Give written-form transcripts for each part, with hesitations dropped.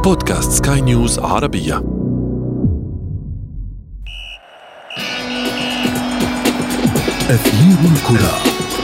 بودكاست سكاي نيوز عربية. أثير الكرة.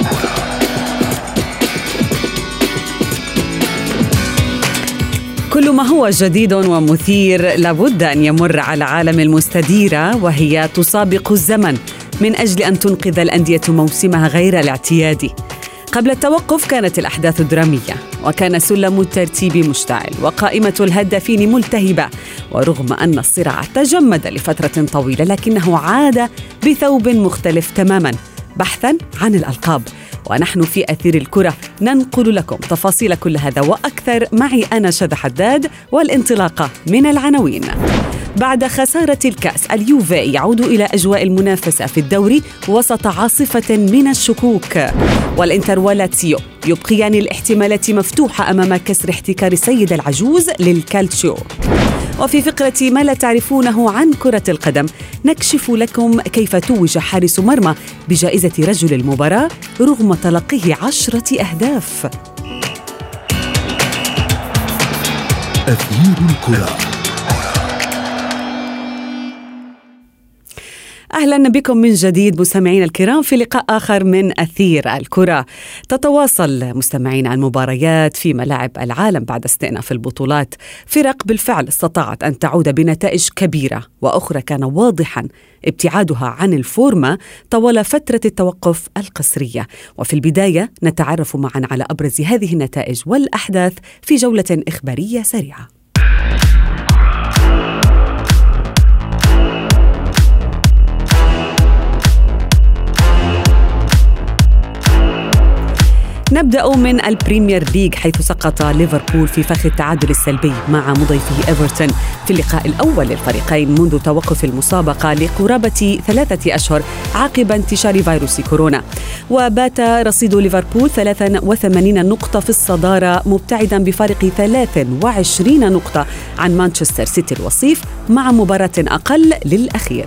كل ما هو جديد ومثير لابد أن يمر على عالم المستديرة، وهي تسابق الزمن من أجل أن تنقذ الأندية موسمها غير الاعتيادي. قبل التوقف كانت الأحداث درامية، وكان سلم الترتيب مشتعل، وقائمة الهدافين ملتهبة. ورغم أن الصراع تجمد لفترة طويلة، لكنه عاد بثوب مختلف تماماً بحثاً عن الألقاب. ونحن في أثير الكرة ننقل لكم تفاصيل كل هذا وأكثر. معي أنا شذى حداد، والانطلاقة من العناوين. بعد خسارة الكأس، اليوفي يعود إلى أجواء المنافسة في الدوري وسط عاصفة من الشكوك. والإنتر ولاتسيو يبقيان الاحتمالات مفتوحة أمام كسر احتكار السيد العجوز للكالتشيو. وفي فقرة ما لا تعرفونه عن كرة القدم، نكشف لكم كيف توج حارس مرمى بجائزة رجل المباراة رغم تلقيه 10 أهداف. أثير الكرة. أهلا بكم من جديد مستمعين الكرام في لقاء آخر من أثير الكرة. تتواصل مستمعين المباريات في ملاعب العالم بعد استئناف البطولات. فرق بالفعل استطاعت أن تعود بنتائج كبيرة، وأخرى كان واضحا ابتعادها عن الفورمة طوال فترة التوقف القصرية. وفي البداية نتعرف معا على أبرز هذه النتائج والأحداث في جولة إخبارية سريعة. نبدأ من البريمير ليج، حيث سقط ليفربول في فخ التعادل السلبي مع مضيفه إيفرتون في اللقاء الأول للفريقين منذ توقف المسابقة لقرابة 3 أشهر عقب انتشار فيروس كورونا. وبات رصيد ليفربول 83 نقطة في الصدارة، مبتعدا بفارق 23 نقطة عن مانشستر سيتي الوصيف مع مباراة أقل للأخير.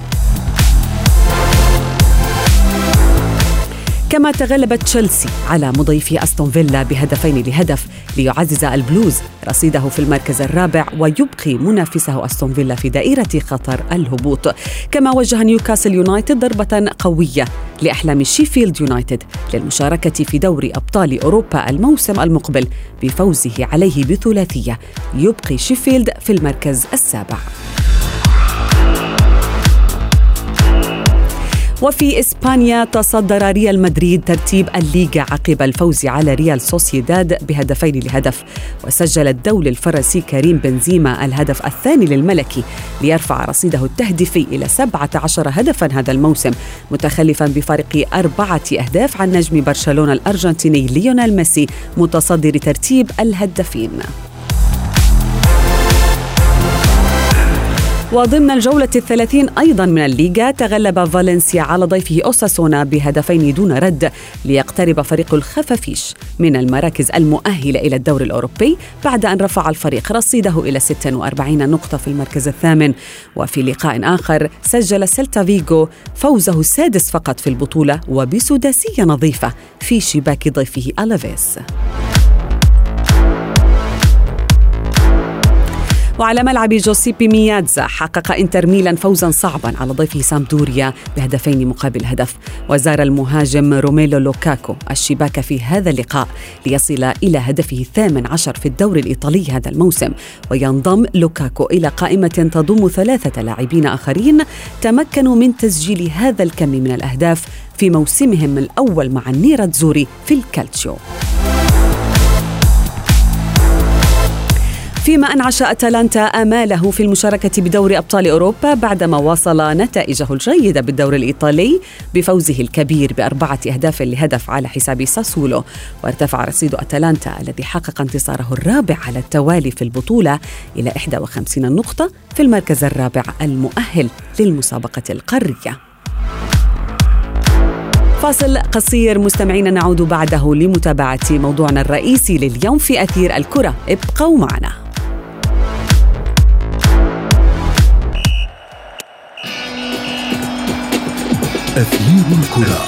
كما تغلب تشيلسي على مضيفي أستون فيلا ب2-1 ليعزز البلوز رصيده في المركز الرابع، ويبقي منافسه أستون فيلا في دائرة خطر الهبوط. كما وجه نيوكاسل يونايتد ضربة قوية لأحلام شيفيلد يونايتد للمشاركة في دوري أبطال أوروبا الموسم المقبل بفوزه عليه بثلاثية، يبقي شيفيلد في المركز السابع. وفي إسبانيا تصدر ريال مدريد ترتيب الليغا عقب الفوز على ريال سوسيداد ب2-1، وسجل الدولي الفرنسي كريم بنزيما الهدف الثاني للملكي ليرفع رصيده التهديفي إلى 17 هدفا هذا الموسم، متخلفا بفارق 4 أهداف عن نجم برشلونة الأرجنتيني ليونيل ميسي متصدر ترتيب الهدافين. وضمن الجولة 30 أيضا من الليغا، تغلب فالنسيا على ضيفه أوساسونا ب2 دون رد ليقترب فريق الخفافيش من المراكز المؤهلة إلى الدوري الأوروبي بعد أن رفع الفريق رصيده إلى 46 نقطة في المركز الثامن. وفي لقاء آخر سجل سيلتا فيغو فوزه السادس فقط في البطولة وبسداسية نظيفة في شباك ضيفه ألافيس. وعلى ملعب جوسيبي مياتزا حقق إنتر ميلان فوزا صعبا على ضيفه سامدوريا ب2-1. وزار المهاجم روميلو لوكاكو الشباك في هذا اللقاء ليصل إلى هدفه 18 في الدوري الإيطالي هذا الموسم. وينضم لوكاكو إلى قائمة تضم 3 لاعبين آخرين تمكنوا من تسجيل هذا الكم من الأهداف في موسمهم الأول مع النيراتزوري في الكالتشيو. فيما أنعش أتلانتا آماله في المشاركة بدوري أبطال أوروبا بعدما واصل نتائجه الجيدة بالدوري الإيطالي بفوزه الكبير ب4 أهداف على حساب ساسولو. وارتفع رصيد أتلانتا الذي حقق انتصاره الرابع على التوالي في البطولة إلى 51 نقطة في المركز الرابع المؤهل للمسابقة القارية. فاصل قصير مستمعين، نعود بعده لمتابعة موضوعنا الرئيسي لليوم في أثير الكرة. ابقوا معنا. أثير الكرة.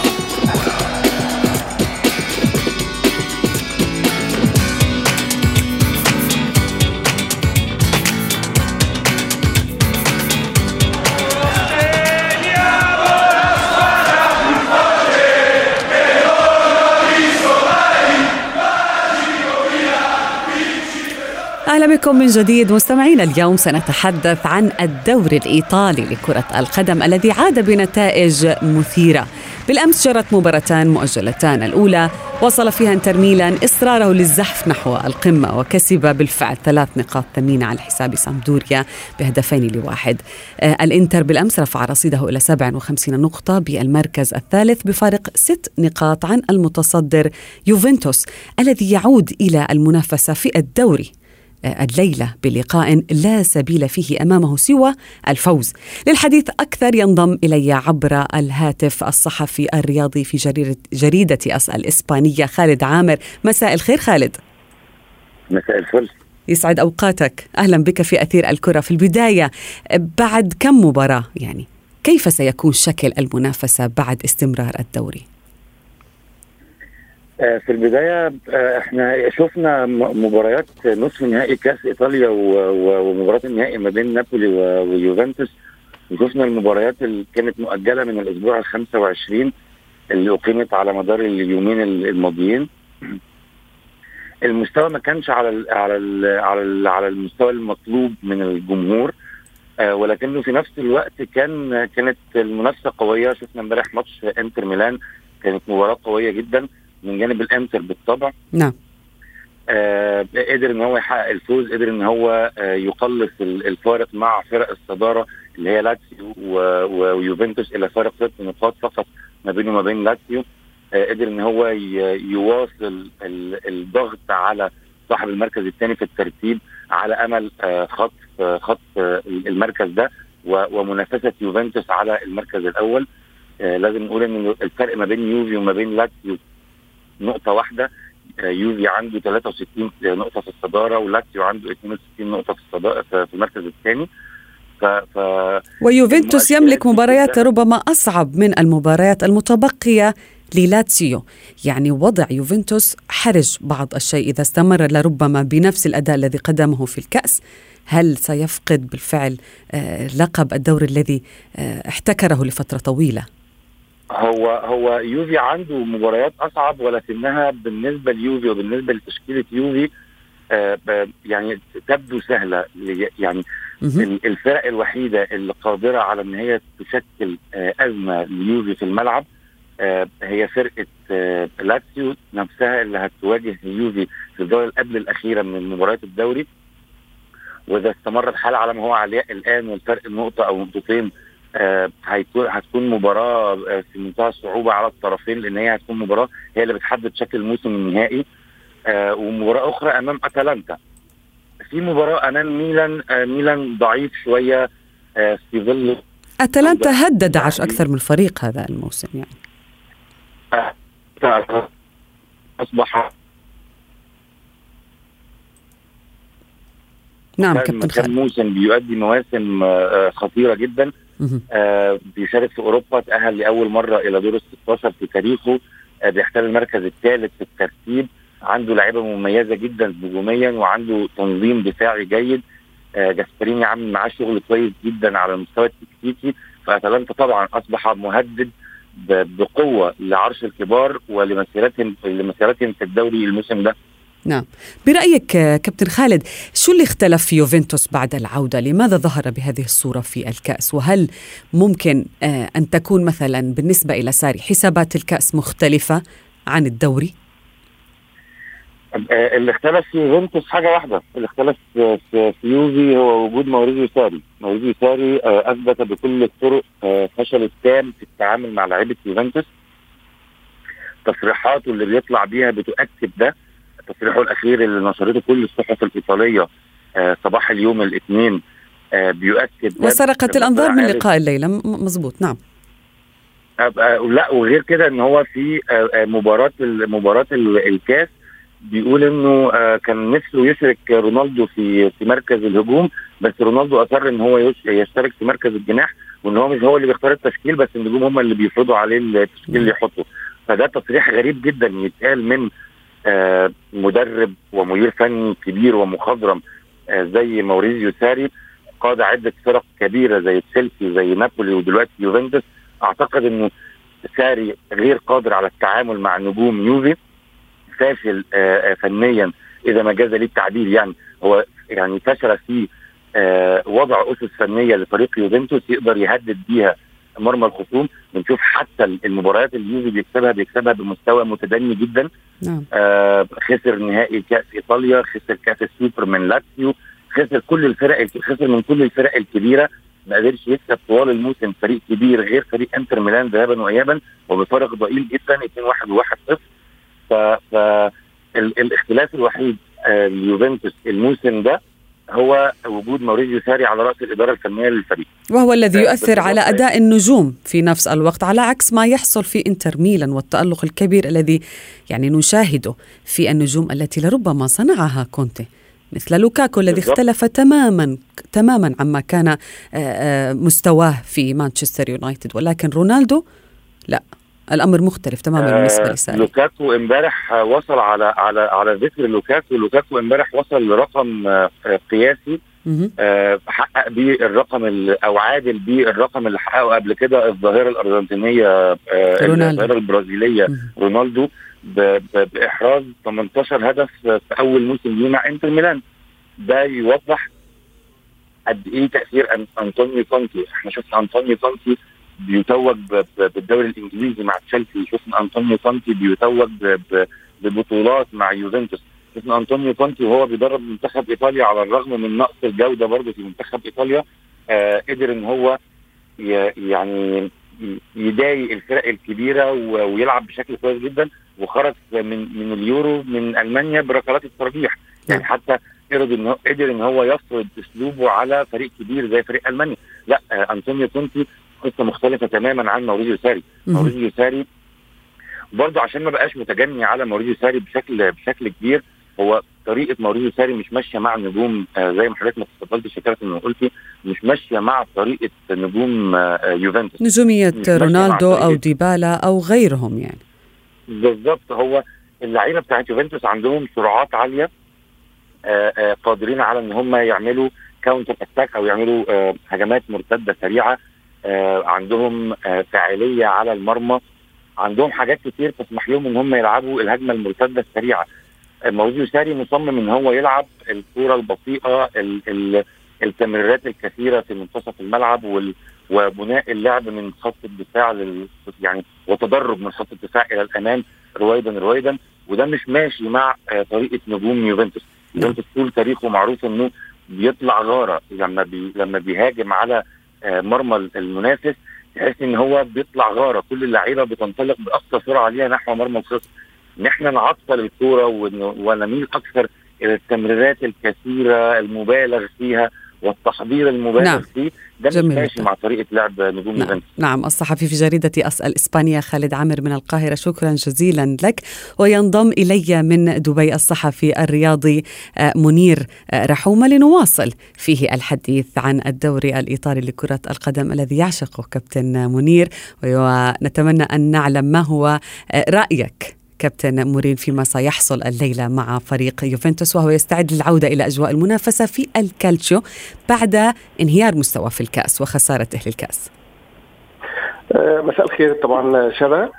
أهلا بكم من جديد مستمعينا. اليوم سنتحدث عن الدوري الإيطالي لكرة القدم الذي عاد بنتائج مثيرة. بالأمس جرت مباراتان مؤجلتان، الأولى وصل فيها انتر ميلان إصراره للزحف نحو القمة وكسب بالفعل 3 نقاط ثمينة على حساب سامدوريا ب2-1. الإنتر بالأمس رفع رصيده إلى 57 نقطة بالمركز الثالث بفارق 6 نقاط عن المتصدر يوفنتوس الذي يعود إلى المنافسة في الدوري الليلة بلقاء لا سبيل فيه أمامه سوى الفوز. للحديث أكثر ينضم إلي عبر الهاتف الصحفي الرياضي في جريدة أس الإسبانية خالد عامر. مساء الخير خالد. مساء الفل، يسعد أوقاتك، أهلا بك في أثير الكرة. في البداية، بعد كم مباراة يعني كيف سيكون شكل المنافسة بعد استمرار الدوري؟ في البداية احنا شفنا مباريات نصف نهائي كاس ايطاليا ومباراة النهائي ما بين نابولي ويوفنتوس، وشفنا المباريات اللي كانت مؤجلة من الاسبوع ال25 اللي اقيمت على مدار اليومين الماضيين. المستوى ما كانش على المستوى المطلوب من الجمهور، ولكنه في نفس الوقت كانت المنافسة قوية. شفنا امبارح ماتش انتر ميلان، كانت مباراة قوية جدا من جانب الانتر بالطبع. نعم. قدر ان هو يحقق الفوز، قدر ان هو يقلص الفارق مع فرق الصدارة اللي هي لاتسيو ويوفنتوس الى فارق 6 نقاط فقط ما بينه وما بين لاتسيو. قدر ان هو يواصل الضغط على صاحب المركز الثاني في الترتيب على امل خط المركز ده ومنافسة يوفنتوس على المركز الاول. لازم نقول ان الفرق ما بين يوفي وما بين لاتسيو نقطة واحدة. يوفي عنده 63 نقطة في الصدارة، ولاتسيو عنده 62 نقطة في الصدارة في المركز الثاني. ويوفنتوس يملك مباريات ربما أصعب من المباريات المتبقية للاتسيو. يعني وضع يوفنتوس حرج بعض الشيء إذا استمر لربما بنفس الأداء الذي قدمه في الكأس. هل سيفقد بالفعل لقب الدوري الذي احتكره لفترة طويلة؟ هو يوفي عنده مباريات أصعب، ولكنها بالنسبة ليوفي وبالنسبة لتشكيلة يوفي يعني تبدو سهلة. يعني الفرق الوحيدة اللي قادرة على أن هي تشكل أزمة ليوفي في الملعب هي فرقة لاتسيو نفسها اللي هتواجه يوفي في الدورة قبل الأخيرة من مباريات الدوري. وإذا استمر الحال على ما هو عليه الآن والفرق نقطة أو نقطتين، هتكون مباراة في منتهى الصعوبة على الطرفين، لأن هي هتكون مباراة هي اللي بتحدد شكل الموسم النهائي. ومباراة أخرى أمام أتلانتا، في مباراة أمام ميلان ضعيف شوية في ظل أتلانتا هدد أكثر من فريق هذا الموسم يعني. أصبح نعم كابتن خالد، موسم بيؤدي مواسم خطيرة جدا. بيشارك في أوروبا، تأهل لأول مرة إلى دور ال16 في تاريخه. بيحتل المركز الثالث في الترتيب، عنده لعيبة مميزة جدا هجوميا وعنده تنظيم دفاعي جيد. جاسبريني عامل معاه شغل كويس جدا على المستوى التكتيكي. فأتلانتا طبعا أصبح مهدد بقوة لعرش الكبار ولمسيرتهم في الدوري الموسم ده. نعم. برأيك كابتن خالد، شو اللي اختلف في يوفنتوس بعد العودة؟ لماذا ظهر بهذه الصورة في الكأس؟ وهل ممكن أن تكون مثلا بالنسبة إلى ساري حسابات الكأس مختلفة عن الدوري؟ اللي اختلف في يوفنتوس حاجة واحدة، اللي اختلف في يوفي هو وجود موريزيو ساري. أثبت بكل الطرق فشل التام في التعامل مع لاعيبة يوفنتوس. تصريحاته اللي بيطلع بيها بتؤكد ده. تصريحه الأخير اللي نشرته كل الصحف الإيطالية صباح اليوم الاثنين بيؤكد، وسرقت الأنظار من لقاء الليلة. مظبوط. نعم. لا، وغير كده ان هو في مباراة الكاس بيقول انه كان نفسه يشارك رونالدو في مركز الهجوم، بس رونالدو اصر ان هو يشترك في مركز الجناح، وان هو مش هو اللي بيختار التشكيل، بس النجوم هم اللي بيفرضوا عليه التشكيل اللي يحطه. فده تصريح غريب جدا يتقال من مدرب ومدير فني كبير ومخضرم زي موريزيو ساري، قاد عدة فرق كبيرة زي تشيلسي زي نابولي ودلوقتي يوفنتوس. اعتقد انه ساري غير قادر على التعامل مع نجوم يوفي، فاشل فنيا اذا ما جاز لي التعبير. يعني هو يعني فشل في وضع اسس فنيه لفريق يوفنتوس يقدر يهدد بيها مرمى الخصوم. بنشوف حتى المباريات اللي اليوفي بيكسبها بمستوى متدني جدا. نعم. خسر نهائي كاس ايطاليا، خسر كاس السوبر من لاتسيو، خسر من كل الفرق الكبيره. ما قدرش يكسب طوال الموسم فريق كبير غير فريق انتر ميلان ذهابا وايابا وبفارق ضئيل جدا 2-1 و1-0. فالاختلاف الوحيد ليوفنتوس الموسم ده هو وجود موريزيو ساري على رأس الإدارة الفنية للفريق، وهو الذي يؤثر على أداء النجوم في نفس الوقت، على عكس ما يحصل في انتر ميلان والتألق الكبير الذي يعني نشاهده في النجوم التي لربما صنعها كونتي، مثل لوكاكو الذي اختلف تماما عما كان مستواه في مانشستر يونايتد. ولكن رونالدو لا، الأمر مختلف تماما بالنسبة لساري. لوكاكو امبارح وصل على ذكر لوكاكو امبارح وصل لرقم قياسي حقق بيه الرقم أو عادل بيه الرقم اللي حققه قبل كده الظاهرة الأرجنتينية الظاهرة البرازيلية رونالدو بإحراز 18 هدف في أول موسم ليه مع انتر ميلان. ده يوضح قد إيه تأثير أنطونيو كونتي. احنا شفنا أنطونيو كونتي بيتوج بالدوري الانجليزي مع تشيلسي، شفنا انطونيو كونتي بيتوج ببطولات مع يوفنتوس، شفنا انطونيو كونتي وهو بيدرب منتخب ايطاليا على الرغم من نقص الجوده برضه في منتخب ايطاليا قدر ان هو يعني يضايق الفرق الكبيره ويلعب بشكل كويس جدا، وخرج من اليورو من المانيا بركلات الترجيح. يعني حتى قدر ان هو يفرض اسلوبه على فريق كبير زي فريق المانيا. لا، انطونيو كونتي قصة مختلفة تماما عن موريزيو ساري. موريزيو ساري برضه عشان ما بقاش متجني على موريزيو ساري بشكل كبير. هو طريقة موريزيو ساري مش ماشية مع نجوم زي ما حضرتك ما تفضلتي شكرت انه قلتي، مش ماشية مع طريقة نجوم يوفنتوس، نجومية رونالدو او ديبالا او غيرهم. يعني بالضبط، هو اللعيبة بتاعت يوفنتوس عندهم سرعات عالية، قادرين على ان هم يعملوا كاونتر اتاك او يعملوا هجمات مرتدة سريعة، عندهم فاعلية على المرمى، عندهم حاجات كتير تسمح لهم ان هم يلعبوا الهجمة المرتدة السريعة. موريزيو ساري مصمم ان هو يلعب الكرة البطيئة، التمريرات الكثيرة في منتصف الملعب وبناء اللعب من خط الدفاع يعني وتدرج من خط الدفاع الى الامام رويدا، وده مش ماشي مع طريقة نجوم يوفنتوس. يوفنتوس طول تاريخه معروف انه بيطلع غارة لما بيهاجم على مرمى المنافس، تحس ان هو بيطلع غارة، كل اللعيبة بتنطلق بأقصى سرعة ليها نحو مرمى الخصم. ان احنا نعطل الكرة ونميل اكثر الى التمريرات الكثيرة المبالغ فيها والتحضير المبالغ فيه، ده مش ماشي مع طريقة لعب نجوم يوفنتوس. نعم. الصحفي في جريدة أسأل إسبانيا خالد عامر من القاهرة، شكرا جزيلا لك. وينضم إلي من دبي الصحفي الرياضي منير رحومة لنواصل فيه الحديث عن الدوري الإيطالي لكرة القدم الذي يعشقه كابتن منير، ونتمنى أن نعلم ما هو رأيك كابتن مورين فيما سيحصل الليلة مع فريق يوفنتوس وهو يستعد للعودة إلى أجواء المنافسة في الكالتشيو بعد انهيار مستوى في الكأس وخسارته للكأس. مساء الخير. طبعا شباب،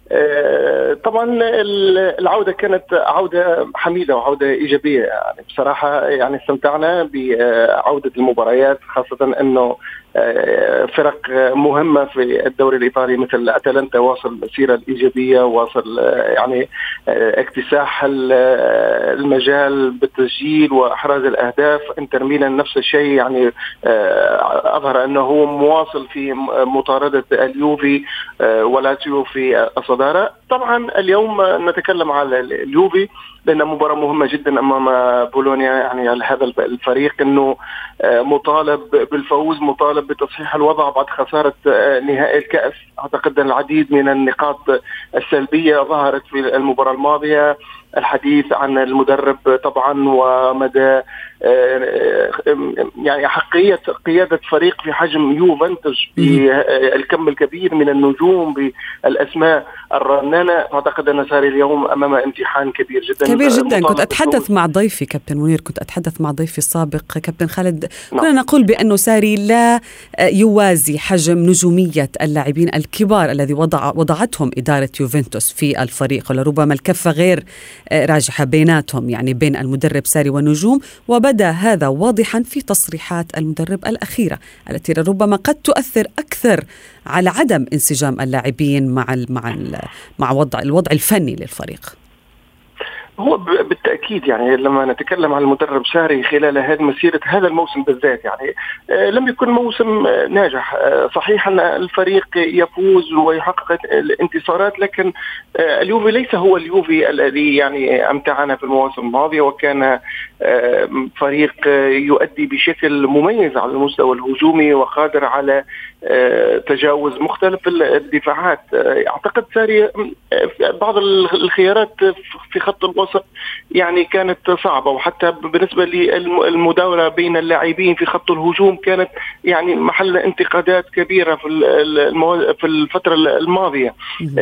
طبعا العودة كانت عودة حميدة وعودة إيجابية. يعني بصراحة يعني استمتعنا بعودة المباريات، خاصة أنه فرق مهمة في الدوري الإيطالي مثل أتلانتا واصل السيرة الإيجابية، واصل يعني اكتساح المجال بالتسجيل وإحراز الأهداف. انتر ميلان نفس الشيء، يعني أظهر أنه هو مواصل في مطاردة اليوفي ولاتسيو في الصدارة. طبعا اليوم نتكلم على اليوفي لأنها مباراة مهمة جدا أمام بولونيا. يعني على هذا الفريق أنه مطالب بالفوز، مطالب بتصحيح الوضع بعد خسارة نهائي الكأس. أعتقد أن العديد من النقاط السلبية ظهرت في المباراة الماضية، الحديث عن المدرب طبعا ومدى يعني أحقية قيادة فريق في حجم يوفنتوس بالكم الكبير من النجوم بالأسماء الرنانة. أعتقد أن ساري اليوم أمام امتحان كبير جدا. كنت أتحدث مع ضيفي كابتن منير، كنت أتحدث مع ضيفي السابق كابتن خالد، كنا نقول بأنه ساري لا يوازي حجم نجومية اللاعبين الكبار الذي وضعتهم إدارة يوفنتوس في الفريق، ولربما الكفة غير راجحة بيناتهم، يعني بين المدرب ساري والنجوم، وبدأ هذا واضحا في تصريحات المدرب الأخيرة التي ربما قد تؤثر أكثر على عدم انسجام اللاعبين مع الوضع الفني للفريق. هو بالتأكيد يعني لما نتكلم عن المدرب ساري خلال هذه مسيرة هذا الموسم بالذات، يعني لم يكن موسم ناجح. صحيح أن الفريق يفوز ويحقق الانتصارات، لكن اليوفي ليس هو اليوفي الذي يعني أمتعنا في المواسم الماضية، وكان فريق يؤدي بشكل مميز على المستوى الهجومي وقادر على تجاوز مختلف الدفاعات. أعتقد ساري بعض الخيارات في خط الوسط يعني كانت صعبة، وحتى بالنسبة للمداولة بين اللاعبين في خط الهجوم كانت يعني محل انتقادات كبيرة في الفترة الماضية.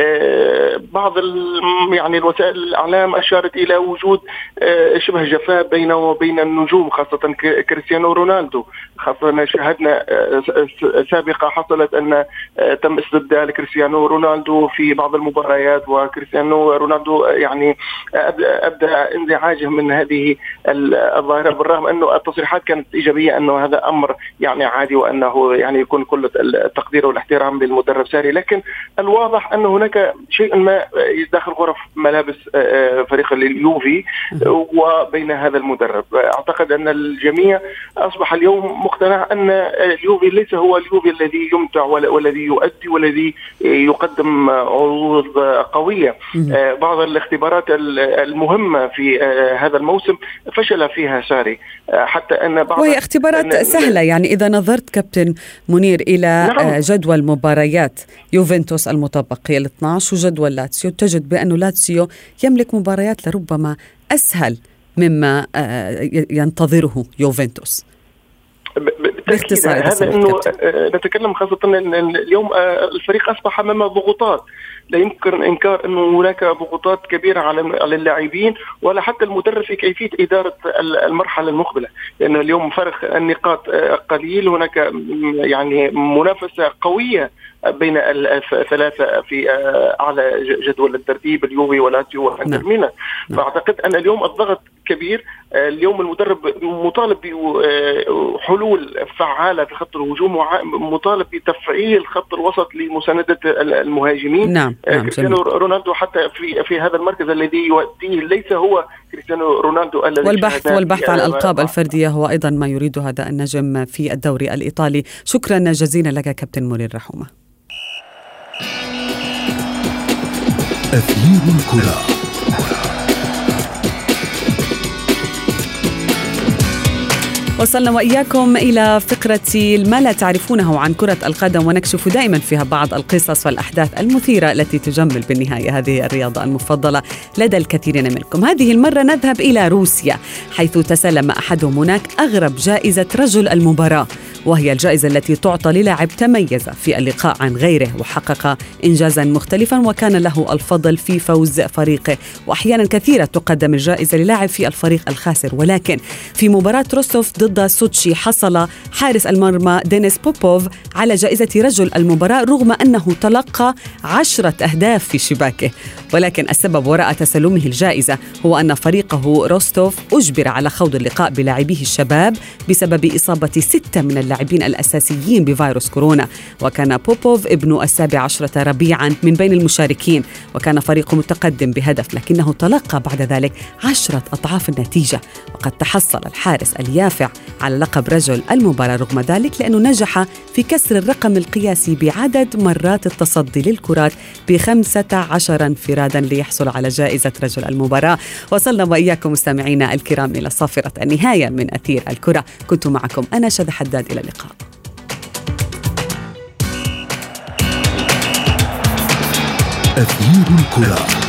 بعض يعني الوسائل الإعلام أشارت إلى وجود شبه جفاء بينه وبين النجوم، خاصة كريستيانو رونالدو. خاصة شاهدنا سابقا حصلت أن تم استبدال كريستيانو رونالدو في بعض المباريات، وكريستيانو رونالدو يعني أبدأ انزعاجه من هذه الظاهرة، بالرغم أنه التصريحات كانت إيجابية أنه هذا أمر يعني عادي، وأنه يعني يكون كل التقدير والاحترام للمدرب ساري. لكن الواضح أن هناك شيء ما داخل غرف ملابس فريق اليوفي وبين هذا المدرب. أعتقد أن الجميع أصبح اليوم مقتنع أن اليوفي ليس هو اليوفي الذي يمتع والذي يؤدي والذي يقدم عروض قوية. بعض الاختبارات المهمة في هذا الموسم فشل فيها ساري، حتى أن وهي اختبارات سهلة. يعني إذا نظرت كابتن منير إلى جدول مباريات يوفنتوس المتبقية 12 وجدول لاتسيو، تجد بأن لاتسيو يملك مباريات لربما أسهل مما ينتظره يوفنتوس. باختصار هذا انه نتكلم خاصه ان اليوم الفريق اصبح امام ضغوطات، لا يمكن انكار انه هناك ضغوطات كبيره على اللاعبين ولا حتى المدرب في كيفيه اداره المرحله المقبله، لانه اليوم فرق النقاط قليل، هناك يعني منافسه قويه بين الثلاثه في اعلى جدول الترتيب، اليوفي ولاتسيو وانتر ميلان. فاعتقد ان اليوم الضغط كبير. اليوم المدرب مطالب بحلول فعالة في خط الهجوم، ومطالب بتفعيل خط الوسط لمساندة المهاجمين. نعم. كريستيانو رونالدو حتى في هذا المركز الذي يؤديه ليس هو كريستيانو رونالدو الذي والبحث عن الألقاب الفردية هو أيضا ما يريد هذا النجم في الدوري الإيطالي. شكرا جزيلا لك كابتن منير رحومة. أثير الكرة. وصلنا وإياكم إلى فقرة ما لا تعرفونه عن كرة القدم، ونكشف دائما فيها بعض القصص والأحداث المثيرة التي تجمل بالنهاية هذه الرياضة المفضلة لدى الكثيرين منكم. هذه المرة نذهب إلى روسيا، حيث تسلم أحدهم هناك أغرب جائزة رجل المباراة، وهي الجائزة التي تعطى للاعب تميز في اللقاء عن غيره وحقق إنجازا مختلفا وكان له الفضل في فوز فريقه. وأحيانا كثيرة تقدم الجائزة للاعب في الفريق الخاسر، ولكن في مباراة روستوف ضد سوتشي حصل حارس المرمى دينيس بوبوف على جائزة رجل المباراة رغم أنه تلقى 10 أهداف في شباكه. ولكن السبب وراء تسلمه الجائزة هو أن فريقه روستوف أجبر على خوض اللقاء بلاعبيه الشباب بسبب إصابة 6 من اللاعبين الأساسيين بفيروس كورونا، وكان بوبوف ابن 17 ربيعا من بين المشاركين، وكان فريقه متقدم بهدف، لكنه تلقى بعد ذلك 10 أضعاف النتيجة. وقد تحصل الحارس اليافع على لقب رجل المباراة رغم ذلك، لأنه نجح في كسر الرقم القياسي بعدد مرات التصدي للكرات ب15 انفرادا ليحصل على جائزة رجل المباراة. وصلنا وإياكم مستمعينا الكرام إلى صافرة النهاية من أثير الكرة. كنت معكم أنا شذى حداد، إلى اللقاء. أثير الكرة.